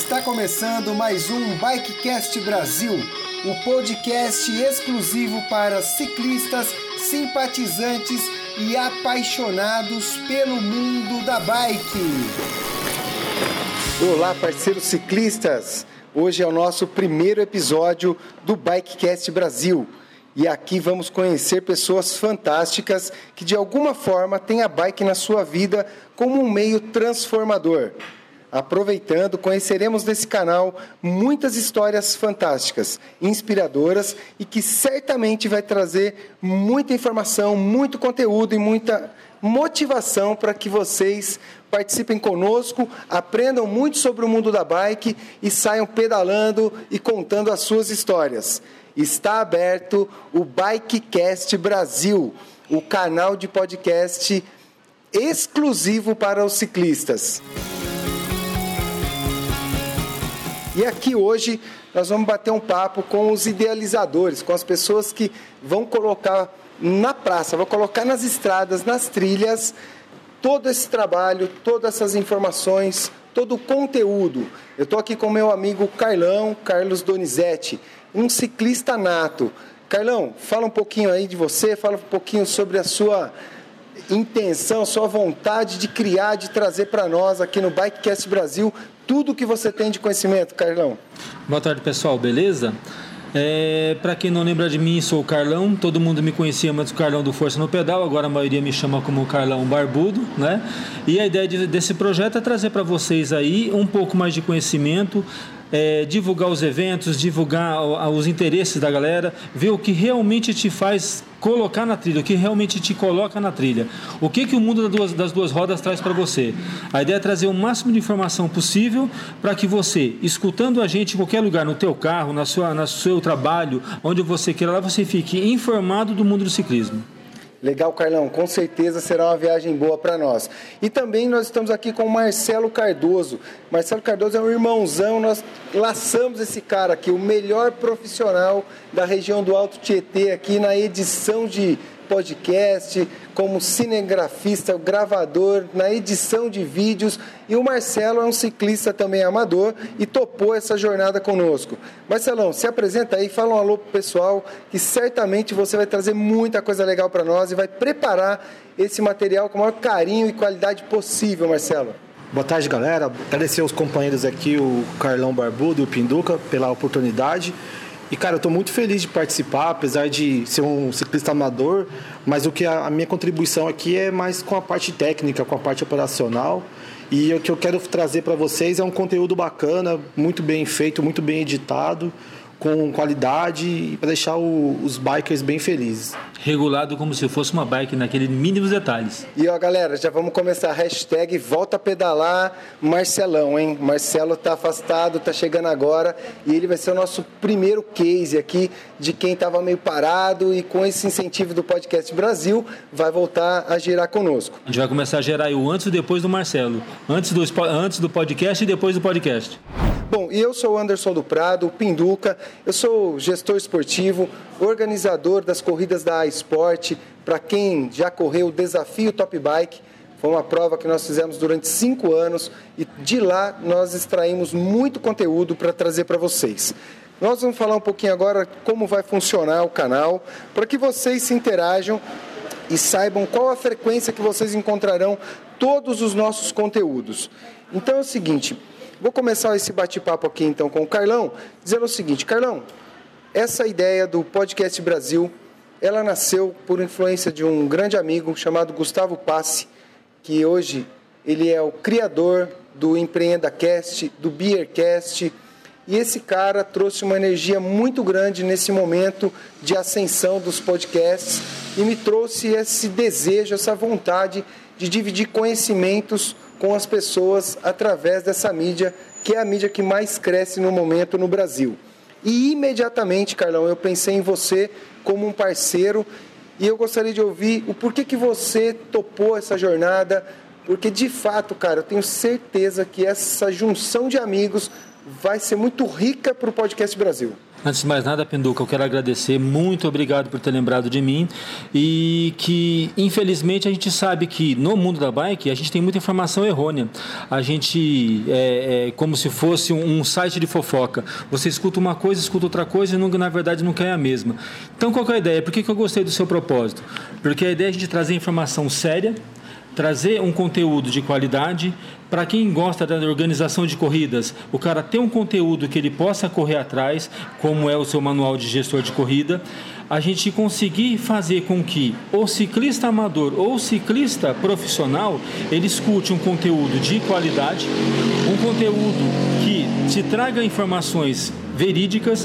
Está começando mais um Bikecast Brasil, o podcast exclusivo para ciclistas, simpatizantes e apaixonados pelo mundo da bike. Olá, parceiros ciclistas! Hoje é o nosso primeiro episódio do Bikecast Brasil. E aqui vamos conhecer pessoas fantásticas que de alguma forma têm a bike na sua vida como um meio transformador. Aproveitando, conheceremos nesse canal muitas histórias fantásticas, inspiradoras e que certamente vai trazer muita informação, muito conteúdo e muita motivação para que vocês participem conosco, aprendam muito sobre o mundo da bike e saiam pedalando e contando as suas histórias. Está aberto o Bikecast Brasil, o canal de podcast exclusivo para os ciclistas. E aqui hoje nós vamos bater um papo com os idealizadores, com as pessoas que vão colocar na praça, vão colocar nas estradas, nas trilhas, todo esse trabalho, todas essas informações, todo o conteúdo. Eu estou aqui com o meu amigo Carlos Donizete, um ciclista nato. Carlão, fala um pouquinho aí de você, fala um pouquinho sobre a sua intenção, sua vontade de criar, de trazer para nós aqui no Bikecast Brasil tudo o que você tem de conhecimento, Carlão. Boa tarde, pessoal, beleza? Para quem não lembra de mim, sou o Carlão, todo mundo me conhecia antes do Carlão do Força no Pedal, agora a maioria me chama como Carlão Barbudo, né? E a ideia desse projeto é trazer para vocês aí um pouco mais de conhecimento, divulgar os eventos, divulgar os interesses da galera, ver o que realmente te faz colocar na trilha, o que realmente te coloca na trilha, o que o mundo das duas rodas traz para você. A ideia é trazer o máximo de informação possível para que você, escutando a gente em qualquer lugar, no teu carro, no seu trabalho, onde você queira lá, você fique informado do mundo do ciclismo. Legal, Carlão, com certeza será uma viagem boa para nós. E também nós estamos aqui com o Marcelo Cardoso. Marcelo Cardoso é um irmãozão, nós laçamos esse cara aqui, o melhor profissional da região do Alto Tietê, aqui na edição de podcast, como cinegrafista, gravador, na edição de vídeos. E o Marcelo é um ciclista também amador e topou essa jornada conosco. Marcelão, se apresenta aí, fala um alô pro pessoal, que certamente você vai trazer muita coisa legal para nós e vai preparar esse material com o maior carinho e qualidade possível, Marcelo. Boa tarde, galera. Agradecer aos companheiros aqui, o Carlão Barbudo e o Pinduca, pela oportunidade. E, cara, eu estou muito feliz de participar, apesar de ser um ciclista amador, mas a minha contribuição aqui é mais com a parte técnica, com a parte operacional. E o que eu quero trazer para vocês é um conteúdo bacana, muito bem feito, muito bem editado, com qualidade, para deixar os bikers bem felizes. Regulado como se fosse uma bike, naqueles mínimos detalhes. E ó, galera, já vamos começar a hashtag volta a pedalar Marcelão, hein? Marcelo tá afastado, tá chegando agora e ele vai ser o nosso primeiro case aqui de quem tava meio parado e com esse incentivo do Podcast Brasil vai voltar a girar conosco. A gente vai começar a gerar o antes e depois do Marcelo. Antes do podcast e depois do podcast. Bom, e eu sou o Anderson do Prado, o Pinduca, eu sou gestor esportivo, organizador das corridas da iSport, para quem já correu o Desafio Top Bike, foi uma prova que nós fizemos durante 5 anos e de lá nós extraímos muito conteúdo para trazer para vocês. Nós vamos falar um pouquinho agora como vai funcionar o canal, para que vocês se interajam e saibam qual a frequência que vocês encontrarão todos os nossos conteúdos. Então é o seguinte... Vou começar esse bate-papo aqui então com o Carlão, dizendo o seguinte, Carlão, essa ideia do Podcast Brasil, ela nasceu por influência de um grande amigo chamado Gustavo Passi, que hoje ele é o criador do EmpreendaCast, do Beercast, e esse cara trouxe uma energia muito grande nesse momento de ascensão dos podcasts e me trouxe esse desejo, essa vontade de dividir conhecimentos com as pessoas através dessa mídia, que é a mídia que mais cresce no momento no Brasil. E imediatamente, Carlão, eu pensei em você como um parceiro e eu gostaria de ouvir o porquê que você topou essa jornada, porque de fato, cara, eu tenho certeza que essa junção de amigos vai ser muito rica para o Podcast Brasil. Antes de mais nada, Pinduca, eu quero agradecer, muito obrigado por ter lembrado de mim, e que, infelizmente, a gente sabe que no mundo da bike a gente tem muita informação errônea. A gente é como se fosse um site de fofoca. Você escuta uma coisa, escuta outra coisa e na verdade nunca é a mesma. Então, qual que é a ideia? Por que eu gostei do seu propósito? Porque a ideia é a gente trazer informação séria, trazer um conteúdo de qualidade. Para quem gosta da organização de corridas, o cara tem um conteúdo que ele possa correr atrás, como é o seu manual de gestor de corrida, a gente conseguir fazer com que o ciclista amador ou o ciclista profissional, ele escute um conteúdo de qualidade, um conteúdo que te traga informações verídicas,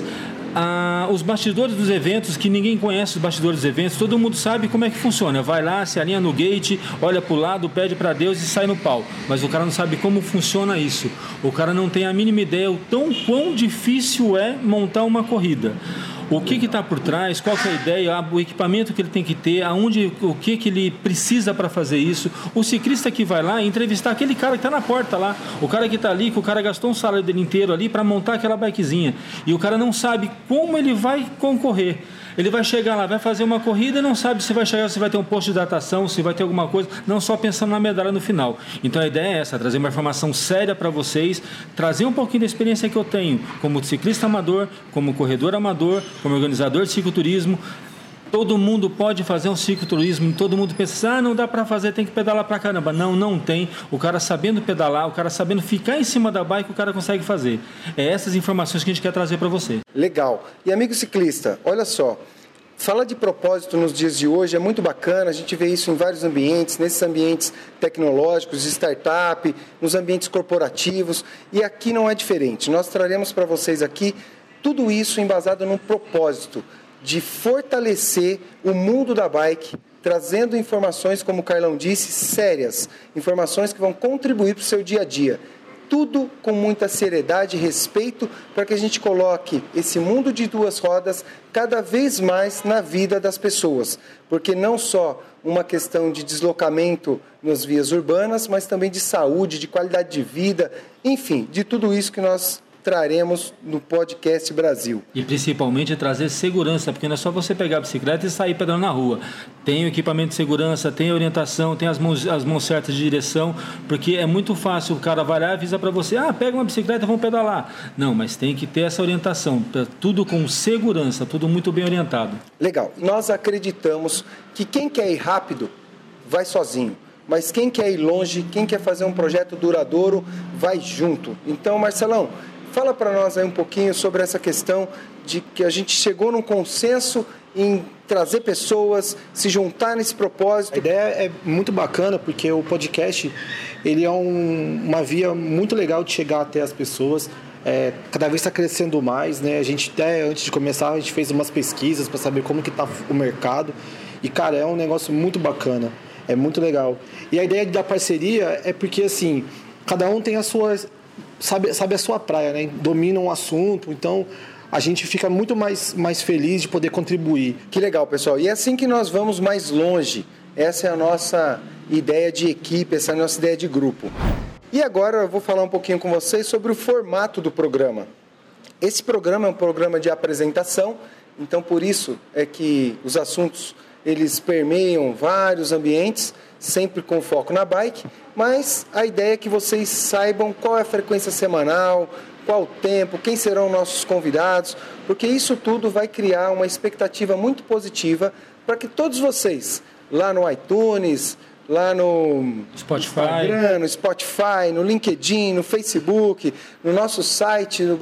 os bastidores dos eventos, que ninguém conhece os bastidores dos eventos, todo mundo sabe como é que funciona. Vai lá, se alinha no gate, olha para o lado, pede para Deus e sai no pau. Mas o cara não sabe como funciona isso. O cara não tem a mínima ideia o quão difícil é montar uma corrida. O que está por trás, qual que é a ideia, o equipamento que ele tem que ter, o que ele precisa para fazer isso. O ciclista que vai lá entrevistar aquele cara que está na porta lá, o cara que está ali, que o cara gastou um salário dele inteiro ali para montar aquela bikezinha. E o cara não sabe como ele vai concorrer. Ele vai chegar lá, vai fazer uma corrida e não sabe se vai chegar, se vai ter um posto de hidratação, se vai ter alguma coisa, não só pensando na medalha no final. Então a ideia é essa, trazer uma informação séria para vocês, trazer um pouquinho da experiência que eu tenho como ciclista amador, como corredor amador, como organizador de cicloturismo. Todo mundo pode fazer um cicloturismo, todo mundo pensa assim, não dá para fazer, tem que pedalar para caramba. Não tem. O cara sabendo pedalar, o cara sabendo ficar em cima da bike, o cara consegue fazer. É essas informações que a gente quer trazer para você. Legal. E amigo ciclista, olha só, falar de propósito nos dias de hoje é muito bacana, a gente vê isso em vários ambientes, nesses ambientes tecnológicos, de startup, nos ambientes corporativos, e aqui não é diferente. Nós traremos para vocês aqui tudo isso embasado num propósito de fortalecer o mundo da bike, trazendo informações, como o Carlão disse, sérias, informações que vão contribuir para o seu dia a dia. Tudo com muita seriedade e respeito para que a gente coloque esse mundo de duas rodas cada vez mais na vida das pessoas. Porque não só uma questão de deslocamento nas vias urbanas, mas também de saúde, de qualidade de vida, enfim, de tudo isso que nós traremos no Podcast Brasil. E principalmente trazer segurança, porque não é só você pegar a bicicleta e sair pedalando na rua. Tem o equipamento de segurança, tem a orientação, tem as mãos certas de direção, porque é muito fácil, o cara vai lá e avisa para você, pega uma bicicleta, vamos pedalar. Não, mas tem que ter essa orientação, tudo com segurança, tudo muito bem orientado. Legal. Nós acreditamos que quem quer ir rápido, vai sozinho. Mas quem quer ir longe, quem quer fazer um projeto duradouro, vai junto. Então, Marcelão, fala para nós aí um pouquinho sobre essa questão de que a gente chegou num consenso em trazer pessoas, se juntar nesse propósito. A ideia é muito bacana porque o podcast ele é uma via muito legal de chegar até as pessoas. Cada vez está crescendo mais, né? A gente até antes de começar a gente fez umas pesquisas para saber como que está o mercado e cara, é um negócio muito bacana, é muito legal. E a ideia da parceria é porque assim, cada um tem a sua sabe a sua praia, né? Domina um assunto, então a gente fica muito mais feliz de poder contribuir. Que legal, pessoal. E é assim que nós vamos mais longe. Essa é a nossa ideia de equipe, essa é a nossa ideia de grupo. E agora eu vou falar um pouquinho com vocês sobre o formato do programa. Esse programa é um programa de apresentação, então por isso é que os assuntos eles permeiam vários ambientes, sempre com foco na bike, mas a ideia é que vocês saibam qual é a frequência semanal, qual o tempo, quem serão nossos convidados, porque isso tudo vai criar uma expectativa muito positiva para que todos vocês, lá no iTunes, lá no Instagram, no Spotify, no LinkedIn, no Facebook, no nosso site, no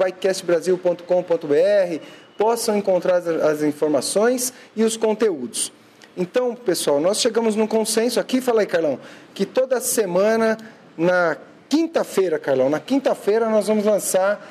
bikecastbrasil.com.br, possam encontrar as informações e os conteúdos. Então, pessoal, nós chegamos num consenso aqui, fala aí, Carlão, que toda semana, na quinta-feira, Carlão, na quinta-feira nós vamos lançar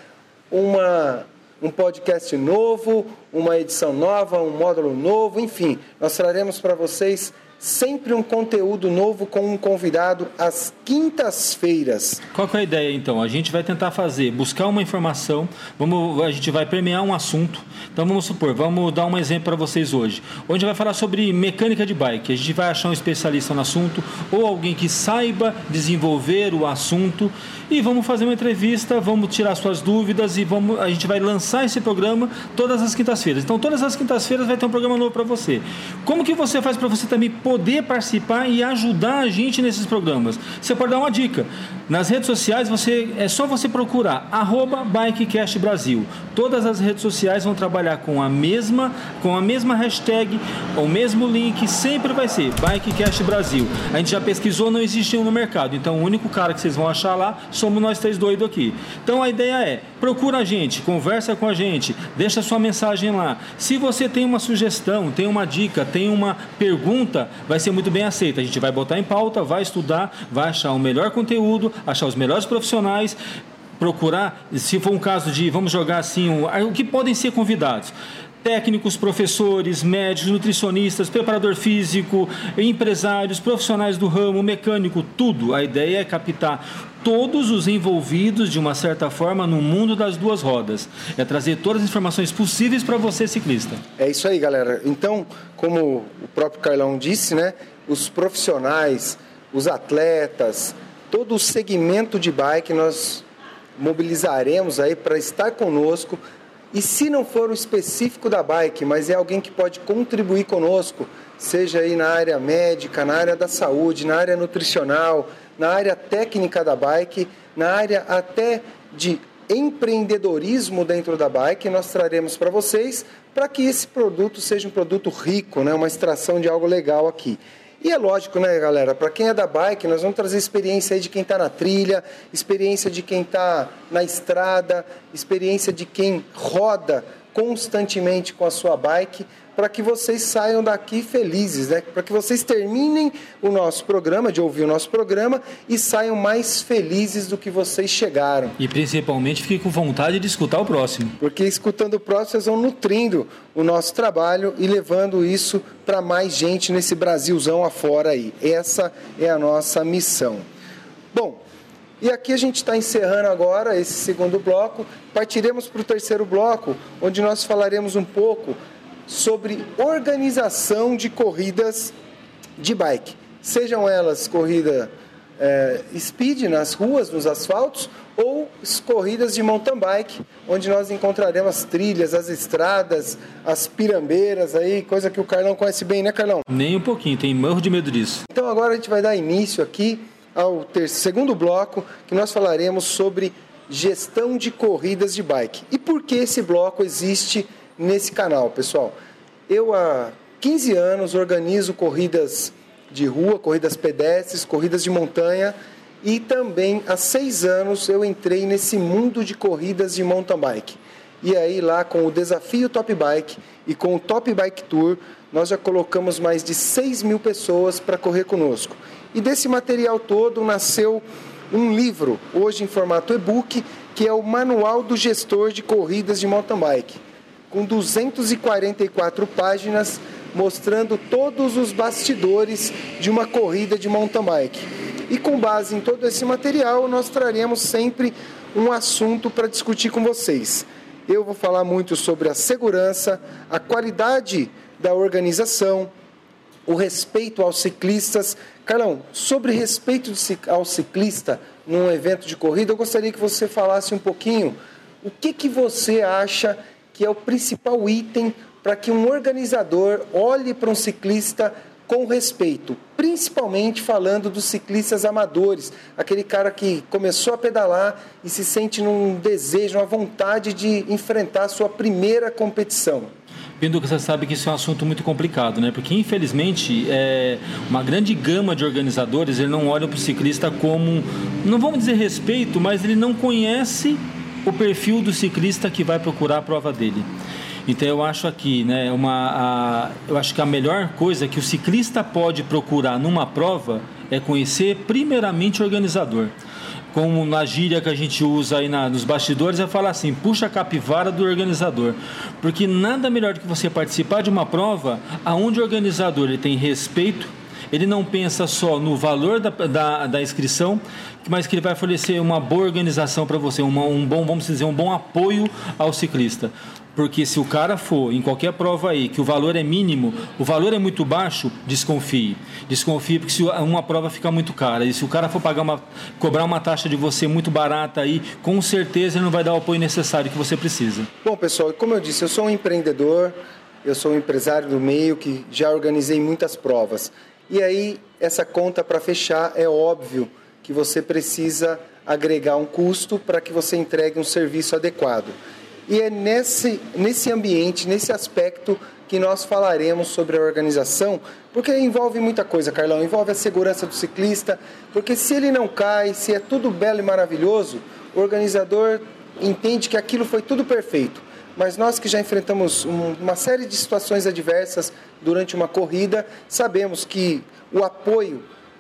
um podcast novo, uma edição nova, um módulo novo, enfim, nós traremos para vocês Sempre um conteúdo novo com um convidado às quintas-feiras. Qual que é a ideia, então? A gente vai tentar buscar uma informação, a gente vai permear um assunto. Então, vamos supor, vamos dar um exemplo para vocês hoje. Hoje a gente vai falar sobre mecânica de bike. A gente vai achar um especialista no assunto ou alguém que saiba desenvolver o assunto e vamos fazer uma entrevista, vamos tirar suas dúvidas e a gente vai lançar esse programa todas as quintas-feiras. Então, todas as quintas-feiras vai ter um programa novo para você. Como que você faz para você também poder participar e ajudar a gente nesses programas? Você pode dar uma dica. Nas redes sociais, é só você procurar @BikeCastBrasil. Todas as redes sociais vão trabalhar com a mesma hashtag, o mesmo link, sempre vai ser BikeCast Brasil. A gente já pesquisou, não existe um no mercado. Então, o único cara que vocês vão achar lá somos nós três doidos aqui. Então, a ideia é, procura a gente, conversa com a gente, deixa sua mensagem lá. Se você tem uma sugestão, tem uma dica, tem uma pergunta, vai ser muito bem aceita. A gente vai botar em pauta, vai estudar, vai achar o melhor conteúdo, achar os melhores profissionais, procurar, se for um caso de, vamos jogar assim, o que podem ser convidados. Técnicos, professores, médicos, nutricionistas, preparador físico, empresários, profissionais do ramo, mecânico, tudo. A ideia é captar todos os envolvidos, de uma certa forma, no mundo das duas rodas. É trazer todas as informações possíveis para você, ciclista. É isso aí, galera. Então, como o próprio Carlão disse, né, os profissionais, os atletas, todo o segmento de bike nós mobilizaremos aí para estar conosco. E se não for o específico da bike, mas é alguém que pode contribuir conosco, seja aí na área médica, na área da saúde, na área nutricional, na área técnica da bike, na área até de empreendedorismo dentro da bike, nós traremos para vocês, para que esse produto seja um produto rico, né? Uma extração de algo legal aqui. E é lógico, né, galera, para quem é da bike, nós vamos trazer experiência aí de quem está na trilha, experiência de quem está na estrada, experiência de quem roda constantemente com a sua bike, para que vocês saiam daqui felizes, né? Para que vocês terminem o nosso programa, de ouvir o nosso programa, e saiam mais felizes do que vocês chegaram. E principalmente fiquem com vontade de escutar o próximo. Porque escutando o próximo, vocês vão nutrindo o nosso trabalho e levando isso para mais gente nesse Brasilzão afora aí. Essa é a nossa missão. Bom, e aqui a gente está encerrando agora esse segundo bloco. Partiremos para o terceiro bloco, onde nós falaremos um pouco sobre organização de corridas de bike. Sejam elas corrida speed nas ruas, nos asfaltos, ou corridas de mountain bike, onde nós encontraremos as trilhas, as estradas, as pirambeiras aí, coisa que o Carlão conhece bem, né, Carlão? Nem um pouquinho, tem morro de medo disso. Então agora a gente vai dar início aqui ao segundo bloco, que nós falaremos sobre gestão de corridas de bike. E por que esse bloco existe nesse canal, pessoal? Eu há 15 anos organizo corridas de rua, corridas pedestres, corridas de montanha, e também há 6 anos eu entrei nesse mundo de corridas de mountain bike. E aí lá com o Desafio Top Bike e com o Top Bike Tour, nós já colocamos mais de 6.000 pessoas para correr conosco. E desse material todo nasceu um livro, hoje em formato e-book, que é o Manual do Gestor de Corridas de Mountain Bike, com 244 páginas, mostrando todos os bastidores de uma corrida de mountain bike. E com base em todo esse material, nós traremos sempre um assunto para discutir com vocês. Eu vou falar muito sobre a segurança, a qualidade da organização, o respeito aos ciclistas. Carlão, sobre respeito ao ciclista num evento de corrida, eu gostaria que você falasse um pouquinho o que você acha que é o principal item para que um organizador olhe para um ciclista com respeito, principalmente falando dos ciclistas amadores, aquele cara que começou a pedalar e se sente num desejo, uma vontade de enfrentar a sua primeira competição. Pinduca, você sabe que isso é um assunto muito complicado, né? Porque, infelizmente, uma grande gama de organizadores, ele não olha para o ciclista como, não vamos dizer respeito, mas ele não conhece o perfil do ciclista que vai procurar a prova dele. Então eu acho aqui, né, eu acho que a melhor coisa que o ciclista pode procurar numa prova é conhecer primeiramente o organizador. Como na gíria que a gente usa aí nos bastidores, é falar assim, puxa a capivara do organizador. Porque nada melhor do que você participar de uma prova onde o organizador ele tem respeito, ele não pensa só no valor da inscrição, mas que ele vai oferecer uma boa organização para você, um bom apoio ao ciclista. Porque se o cara for em qualquer prova aí, que o valor é mínimo, o valor é muito baixo, desconfie. Desconfie porque se uma prova fica muito cara. E se o cara for cobrar uma taxa de você muito barata aí, com certeza ele não vai dar o apoio necessário que você precisa. Bom, pessoal, como eu disse, eu sou um empreendedor, eu sou um empresário do meio que já organizei muitas provas. E aí, essa conta para fechar, é óbvio que você precisa agregar um custo para que você entregue um serviço adequado. E é nesse ambiente, nesse aspecto que nós falaremos sobre a organização, porque envolve muita coisa, Carlão, envolve a segurança do ciclista, porque se ele não cai, se é tudo belo e maravilhoso, o organizador entende que aquilo foi tudo perfeito. Mas nós que já enfrentamos uma série de situações adversas durante uma corrida, sabemos que o apoio,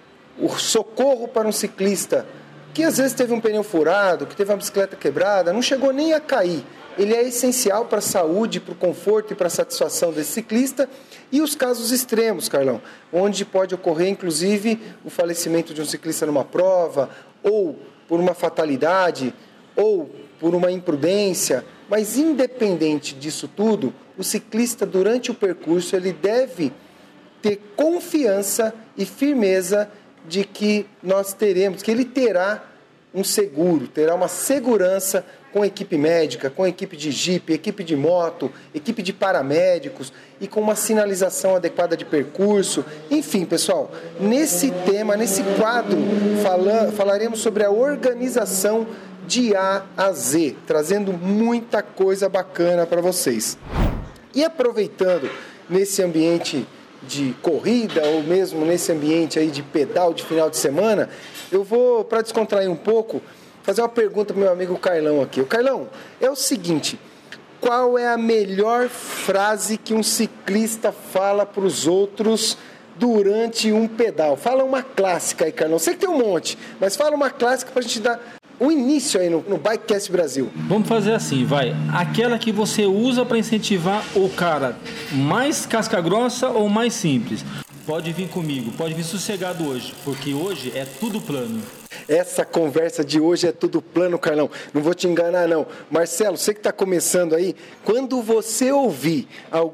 o socorro para um ciclista que às vezes teve um pneu furado, que teve uma bicicleta quebrada, não chegou nem a cair. Ele é essencial para a saúde, para o conforto e para a satisfação desse ciclista. E os casos extremos, Carlão, onde pode ocorrer, inclusive, o falecimento de um ciclista numa prova, ou por uma fatalidade, ou por uma imprudência. Mas, independente disso tudo, o ciclista, durante o percurso, ele deve ter confiança e firmeza de que que ele terá um seguro, terá uma segurança com equipe médica, com equipe de jipe, equipe de moto, equipe de paramédicos e com uma sinalização adequada de percurso. Enfim, pessoal, nesse tema, nesse quadro, falaremos sobre a organização de A a Z, trazendo muita coisa bacana para vocês. E aproveitando nesse ambiente de corrida ou mesmo nesse ambiente aí de pedal de final de semana, eu vou, para descontrair um pouco, fazer uma pergunta para o meu amigo Carlão aqui. O Carlão, é o seguinte, qual é a melhor frase que um ciclista fala para os outros durante um pedal? Fala uma clássica aí, Carlão. Sei que tem um monte, mas fala uma clássica para a gente dar o início aí no Bikecast Brasil. Vamos fazer assim, vai. Aquela que você usa para incentivar o cara mais casca grossa ou mais simples. Pode vir comigo, pode vir sossegado hoje, porque hoje é tudo plano. Essa conversa de hoje é tudo plano, Carlão. Não vou te enganar, não. Marcelo, você que está começando aí, quando você ouvir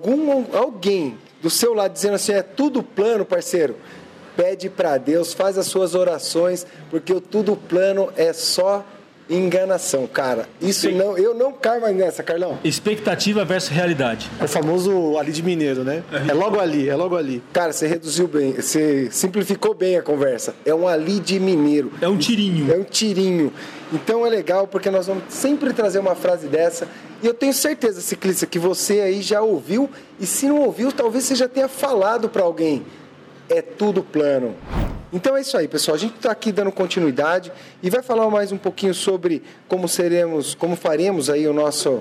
alguém do seu lado dizendo assim, é tudo plano, parceiro, pede para Deus, faz as suas orações, porque o tudo plano é só enganação, cara. Isso não, eu não caio mais nessa, Carlão. Expectativa versus realidade. É o famoso ali de mineiro, né? É logo ali, é logo ali. Cara, você reduziu bem, você simplificou bem a conversa. É um ali de mineiro. É um tirinho. É um tirinho. Então é legal porque nós vamos sempre trazer uma frase dessa. E eu tenho certeza, ciclista, que você aí já ouviu. E se não ouviu, talvez você já tenha falado para alguém. É tudo plano. Então é isso aí, pessoal. A gente está aqui dando continuidade e vai falar mais um pouquinho sobre como faremos aí o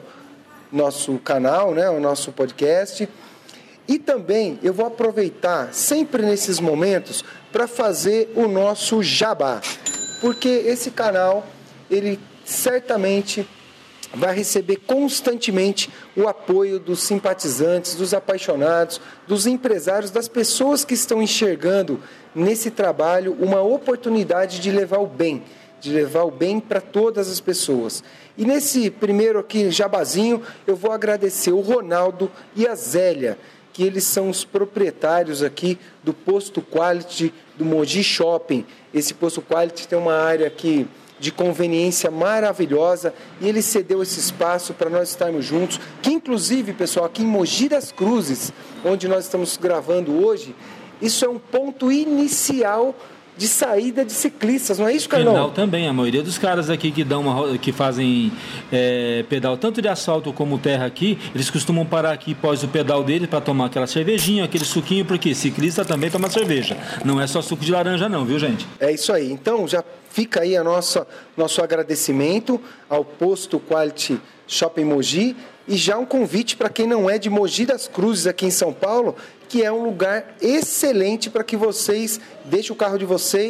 nosso canal, né, o nosso podcast. E também eu vou aproveitar sempre nesses momentos para fazer o nosso jabá, porque esse canal ele certamente vai receber constantemente o apoio dos simpatizantes, dos apaixonados, dos empresários, das pessoas que estão enxergando nesse trabalho uma oportunidade de levar o bem para todas as pessoas. E nesse primeiro aqui, jabazinho, eu vou agradecer o Ronaldo e a Zélia, que eles são os proprietários aqui do Posto Quality do Mogi Shopping. Esse Posto Quality tem uma área aqui de conveniência maravilhosa e ele cedeu esse espaço para nós estarmos juntos, que inclusive, pessoal, aqui em Mogi das Cruzes, onde nós estamos gravando hoje, isso é um ponto inicial de saída de ciclistas, não é isso, Carlão? Final também, a maioria dos caras aqui que fazem pedal tanto de asfalto como terra aqui, eles costumam parar aqui após o pedal deles para tomar aquela cervejinha, aquele suquinho, porque ciclista também toma cerveja, não é só suco de laranja não, viu, gente? É isso aí, então já fica aí nosso agradecimento ao Posto Quality Shopping Mogi e já um convite para quem não é de Mogi das Cruzes aqui em São Paulo, que é um lugar excelente para que vocês deixem o carro de vocês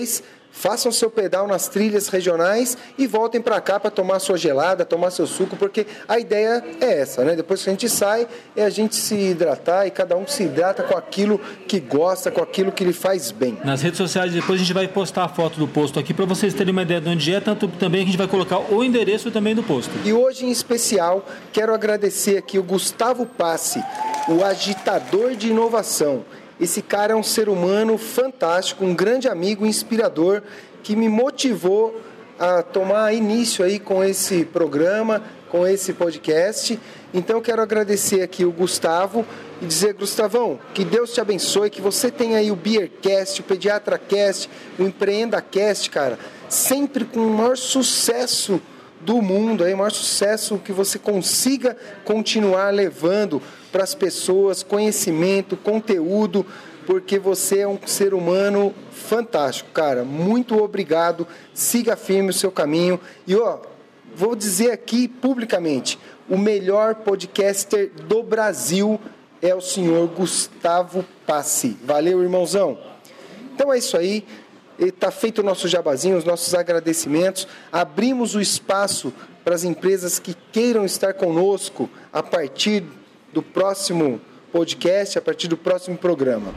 façam seu pedal nas trilhas regionais e voltem para cá para tomar sua gelada, tomar seu suco, porque a ideia é essa, né? Depois que a gente sai, é a gente se hidratar e cada um se hidrata com aquilo que gosta, com aquilo que lhe faz bem. Nas redes sociais, depois a gente vai postar a foto do posto aqui para vocês terem uma ideia de onde é, tanto também que a gente vai colocar o endereço também do posto. E hoje, em especial, quero agradecer aqui o Gustavo Passi, o agitador de inovação. Esse cara é um ser humano fantástico, um grande amigo, inspirador, que me motivou a tomar início aí com esse programa, com esse podcast. Então eu quero agradecer aqui o Gustavo e dizer, Gustavão, que Deus te abençoe, que você tenha aí o Beercast, o PediatraCast, o EmpreendaCast, cara, sempre com o maior sucesso do mundo, aí, o maior sucesso que você consiga continuar levando para as pessoas conhecimento, conteúdo, porque você é um ser humano fantástico, cara. Muito obrigado, siga firme o seu caminho. E vou dizer aqui publicamente, o melhor podcaster do Brasil é o senhor Gustavo Passi. Valeu, irmãozão. Então é isso aí. Está feito o nosso jabazinho, os nossos agradecimentos. Abrimos o espaço para as empresas que queiram estar conosco a partir do próximo podcast, a partir do próximo programa.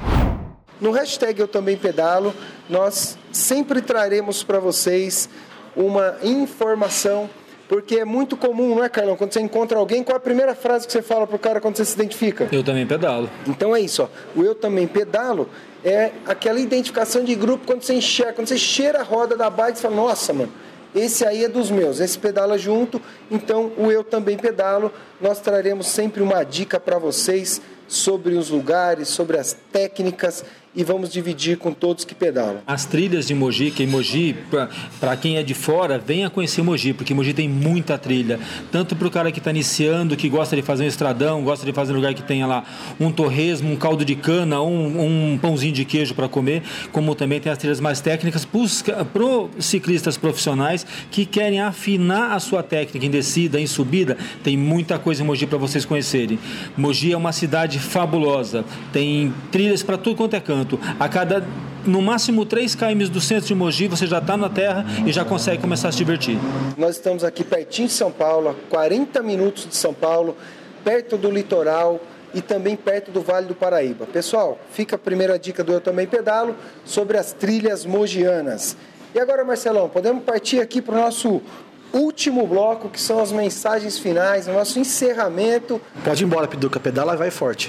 No hashtag Eu Também Pedalo, nós sempre traremos para vocês uma informação, porque é muito comum, não é, Carlão? Quando você encontra alguém, qual é a primeira frase que você fala para o cara quando você se identifica? Eu também pedalo. Então é isso, o Eu Também Pedalo é aquela identificação de grupo quando você enxerga, quando você cheira a roda da bike, você fala, nossa, mano, esse aí é dos meus, esse pedala junto, então o Eu Também Pedalo, nós traremos sempre uma dica para vocês sobre os lugares, sobre as técnicas e vamos dividir com todos que pedalam. As trilhas de Mogi, que Mogi, para quem é de fora, venha conhecer Mogi, porque Mogi tem muita trilha, tanto para o cara que está iniciando, que gosta de fazer um estradão, gosta de fazer um lugar que tenha lá um torresmo, um caldo de cana, um pãozinho de queijo para comer, como também tem as trilhas mais técnicas para os ciclistas profissionais que querem afinar a sua técnica em descida, em subida, tem muita coisa em Mogi para vocês conhecerem. Mogi é uma cidade fabulosa, tem trilhas para tudo quanto é canto. A cada, no máximo, 3 km do centro de Mogi, você já está na terra e já consegue começar a se divertir. Nós estamos aqui pertinho de São Paulo, a 40 minutos de São Paulo, perto do litoral e também perto do Vale do Paraíba. Pessoal, fica a primeira dica do Eu Também Pedalo sobre as trilhas mogianas. E agora, Marcelão, podemos partir aqui para o nosso último bloco, que são as mensagens finais, o nosso encerramento. Pode ir embora, Pinduca, pedala e vai forte.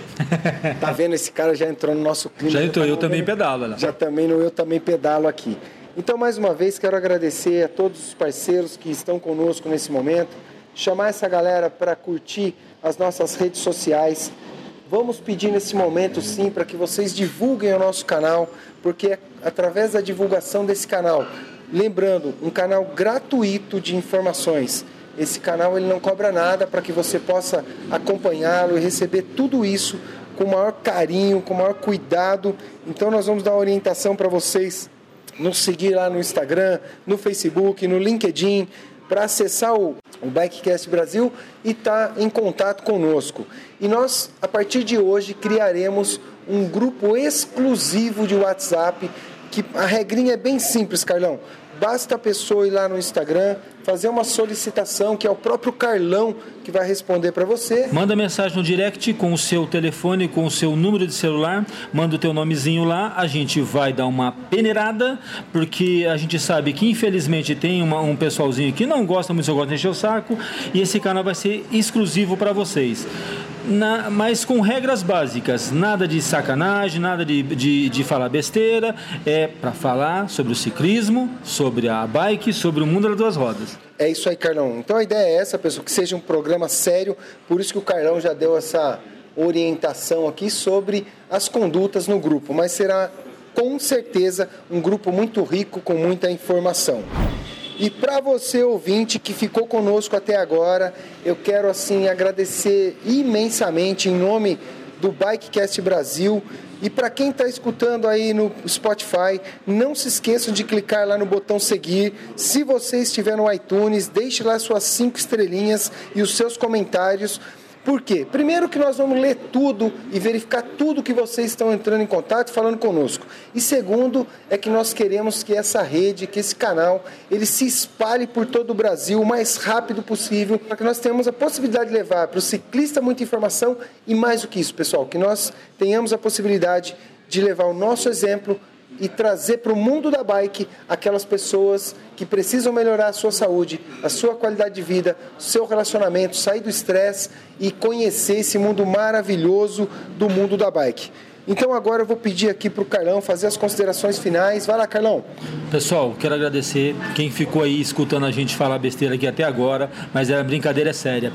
Tá vendo? Esse cara já entrou no nosso clima. Já entrou, Eu Também Pedalo. Né? Já também no Eu Também Pedalo aqui. Então, mais uma vez, quero agradecer a todos os parceiros que estão conosco nesse momento, chamar essa galera para curtir as nossas redes sociais. Vamos pedir nesse momento, sim, para que vocês divulguem o nosso canal, porque é através da divulgação desse canal, lembrando, um canal gratuito de informações. Esse canal ele não cobra nada para que você possa acompanhá-lo e receber tudo isso com o maior carinho, com o maior cuidado. Então nós vamos dar orientação para vocês nos seguir lá no Instagram, no Facebook, no LinkedIn, para acessar o Bikecast Brasil e estar em contato conosco. E nós, a partir de hoje, criaremos um grupo exclusivo de WhatsApp, que a regrinha é bem simples, Carlão. Basta a pessoa ir lá no Instagram, fazer uma solicitação, que é o próprio Carlão que vai responder para você. Manda mensagem no direct com o seu telefone, com o seu número de celular, manda o teu nomezinho lá, a gente vai dar uma peneirada, porque a gente sabe que infelizmente tem um pessoalzinho que não gosta muito, só gosta de encher o saco, e esse canal vai ser exclusivo para vocês. Mas com regras básicas, nada de sacanagem, nada de falar besteira, é para falar sobre o ciclismo, sobre a bike, sobre o mundo das duas rodas. É isso aí, Carlão. Então a ideia é essa, pessoal, que seja um programa sério, por isso que o Carlão já deu essa orientação aqui sobre as condutas no grupo, mas será com certeza um grupo muito rico, com muita informação. E para você, ouvinte, que ficou conosco até agora, eu quero assim agradecer imensamente em nome do Bikecast Brasil. E para quem está escutando aí no Spotify, não se esqueçam de clicar lá no botão seguir. Se você estiver no iTunes, deixe lá suas 5 estrelinhas e os seus comentários, Por quê? Primeiro que nós vamos ler tudo e verificar tudo que vocês estão entrando em contato e falando conosco. E segundo, é que nós queremos que essa rede, que esse canal, ele se espalhe por todo o Brasil o mais rápido possível, para que nós tenhamos a possibilidade de levar para o ciclista muita informação e mais do que isso, pessoal, que nós tenhamos a possibilidade de levar o nosso exemplo e trazer para o mundo da bike aquelas pessoas que precisam melhorar a sua saúde, a sua qualidade de vida, o seu relacionamento, sair do estresse e conhecer esse mundo maravilhoso do mundo da bike. Então agora eu vou pedir aqui para o Carlão fazer as considerações finais. Vai lá, Carlão. Pessoal, quero agradecer quem ficou aí escutando a gente falar besteira aqui até agora, mas a brincadeira é séria.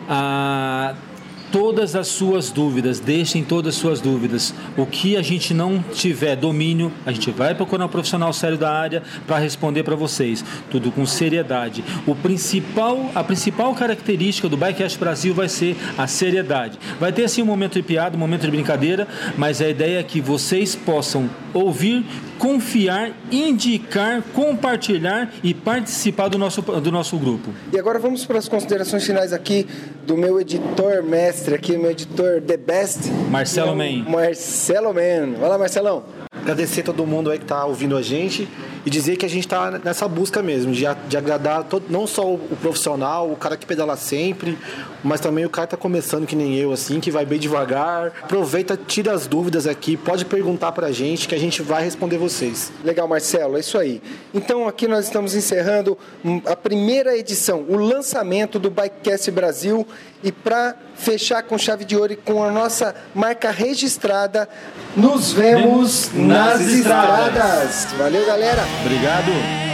Todas as suas dúvidas, deixem todas as suas dúvidas. O que a gente não tiver domínio, a gente vai procurar um profissional sério da área para responder para vocês. Tudo com seriedade. A principal característica do Bikecast Brasil vai ser a seriedade. Vai ter assim um momento de piada, um momento de brincadeira, mas a ideia é que vocês possam ouvir, confiar, indicar, compartilhar e participar do nosso grupo. E agora vamos para as considerações finais aqui do meu editor mestre, aqui, meu editor the best, Marcelo Man. Marcelo Man. Vai lá, Marcelão. Agradecer a todo mundo aí que está ouvindo a gente e dizer que a gente está nessa busca mesmo, de agradar não só o profissional, o cara que pedala sempre, mas também o cara que está começando que nem eu, assim, que vai bem devagar. Aproveita, tira as dúvidas aqui, pode perguntar pra gente que a gente vai responder vocês. Legal, Marcelo, é isso aí. Então aqui nós estamos encerrando a primeira edição, o lançamento do Bikecast Brasil, e para fechar com chave de ouro e com a nossa marca registrada, nos vemos nas estradas. Valeu, galera. Obrigado.